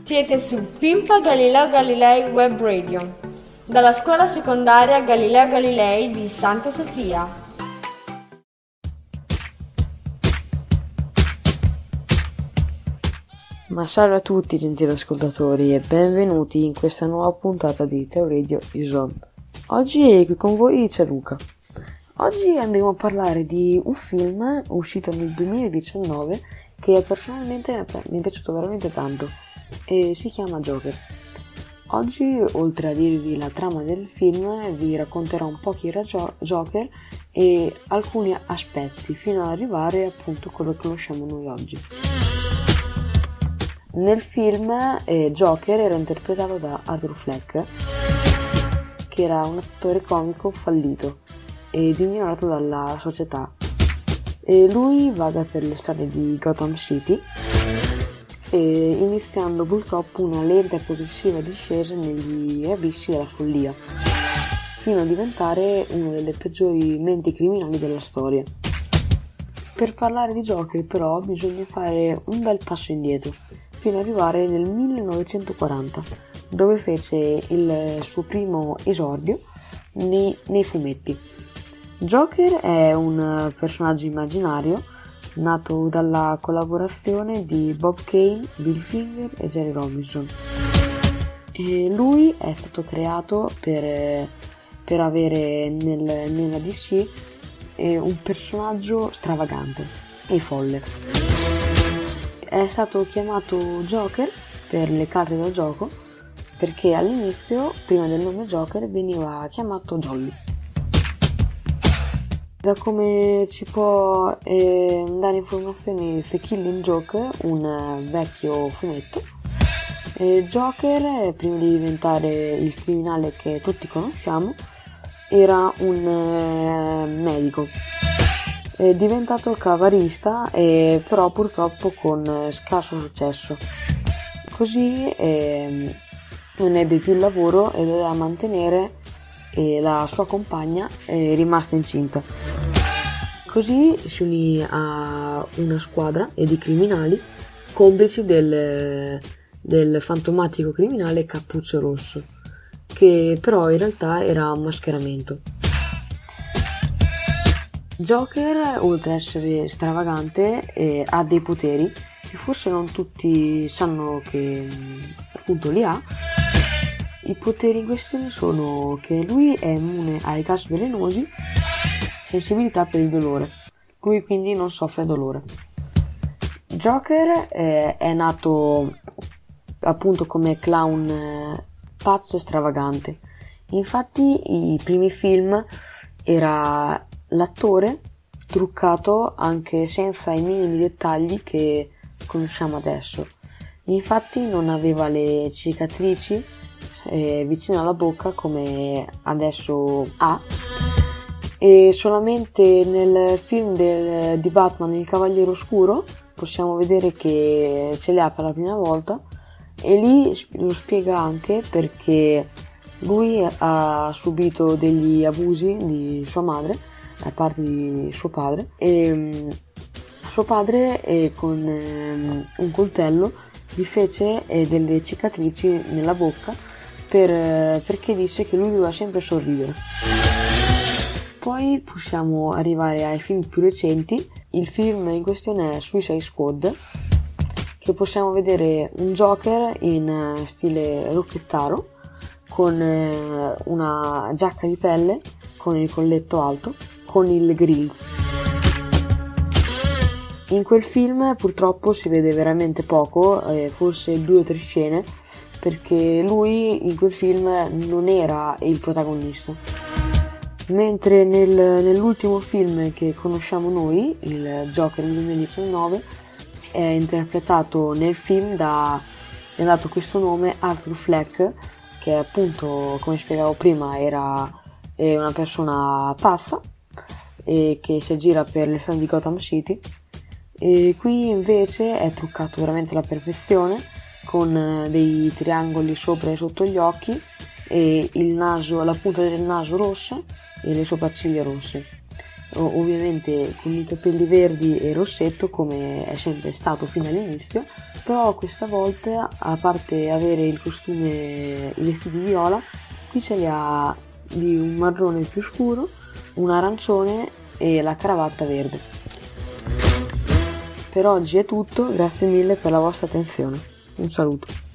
Siete su Pimpa Galileo Galilei Web Radio, dalla scuola secondaria Galileo Galilei di Santa Sofia. Ma salve a tutti gentili ascoltatori e benvenuti in questa nuova puntata di Teo Radio is On. Oggi qui con voi c'è Luca. Oggi andremo a parlare di un film uscito nel 2019 che personalmente mi è piaciuto veramente tanto e si chiama Joker. Oggi, oltre a dirvi la trama del film, vi racconterò un po' chi era Joker e alcuni aspetti fino ad arrivare appunto a quello che conosciamo noi oggi. Nel film Joker era interpretato da Arthur Fleck, che era un attore comico fallito ed ignorato dalla società. E lui vaga per le strade di Gotham City, iniziando purtroppo una lenta e progressiva discesa negli abissi della follia, fino a diventare una delle peggiori menti criminali della storia. Per parlare di Joker però bisogna fare un bel passo indietro, fino ad arrivare nel 1940, dove fece il suo primo esordio nei fumetti. Joker è un personaggio immaginario nato dalla collaborazione di Bob Kane, Bill Finger e Jerry Robinson. E lui è stato creato per avere nella DC un personaggio stravagante e folle. È stato chiamato Joker per le carte da gioco perché all'inizio, prima del nome Joker, veniva chiamato Jolly. Da come ci può dare informazioni The Killing Joke, un vecchio fumetto, Joker, prima di diventare il criminale che tutti conosciamo, era un medico. È diventato cavarista, però purtroppo con scarso successo. Così non ebbe più lavoro e doveva mantenere la sua compagna rimasta incinta. Così si unì a una squadra di criminali complici del fantomatico criminale Cappuccio Rosso, che però in realtà era un mascheramento. Joker, oltre ad essere stravagante, ha dei poteri che forse non tutti sanno che appunto li ha. I poteri in questione sono che lui è immune ai gas velenosi, sensibilità per il dolore. Lui quindi non soffre dolore. Joker è nato appunto come clown pazzo e stravagante. Infatti i primi film era l'attore truccato anche senza i minimi dettagli che conosciamo adesso. Infatti non aveva le cicatrici vicino alla bocca come adesso ha, e solamente nel film di Batman Il Cavaliere Oscuro possiamo vedere che ce le ha per la prima volta, e lì lo spiega anche perché lui ha subito degli abusi di sua madre da parte di suo padre, e suo padre con un coltello gli fece delle cicatrici nella bocca perché disse che lui doveva sempre sorridere. Poi possiamo arrivare ai film più recenti. Il film in questione è Suicide Squad, che possiamo vedere un Joker in stile rocchettaro con una giacca di pelle con il colletto alto con il grill. In quel film purtroppo si vede veramente poco, forse 2 o 3 scene, perché lui in quel film non era il protagonista. Mentre nell'ultimo film che conosciamo noi, il Joker del 2019, è interpretato nel film gli ha dato questo nome Arthur Fleck, che appunto, come spiegavo prima, era una persona pazza e che si aggira per le strade di Gotham City, e qui invece è truccato veramente alla perfezione, con dei triangoli sopra e sotto gli occhi e il naso, la punta del naso rossa e le sopracciglia rosse. ovviamente con i capelli verdi e rossetto come è sempre stato fino all'inizio, però questa volta, a parte avere il costume, i vestiti viola, qui ce li ha di un marrone più scuro, un arancione e la cravatta verde. Per oggi è tutto, grazie mille per la vostra attenzione. Un saluto.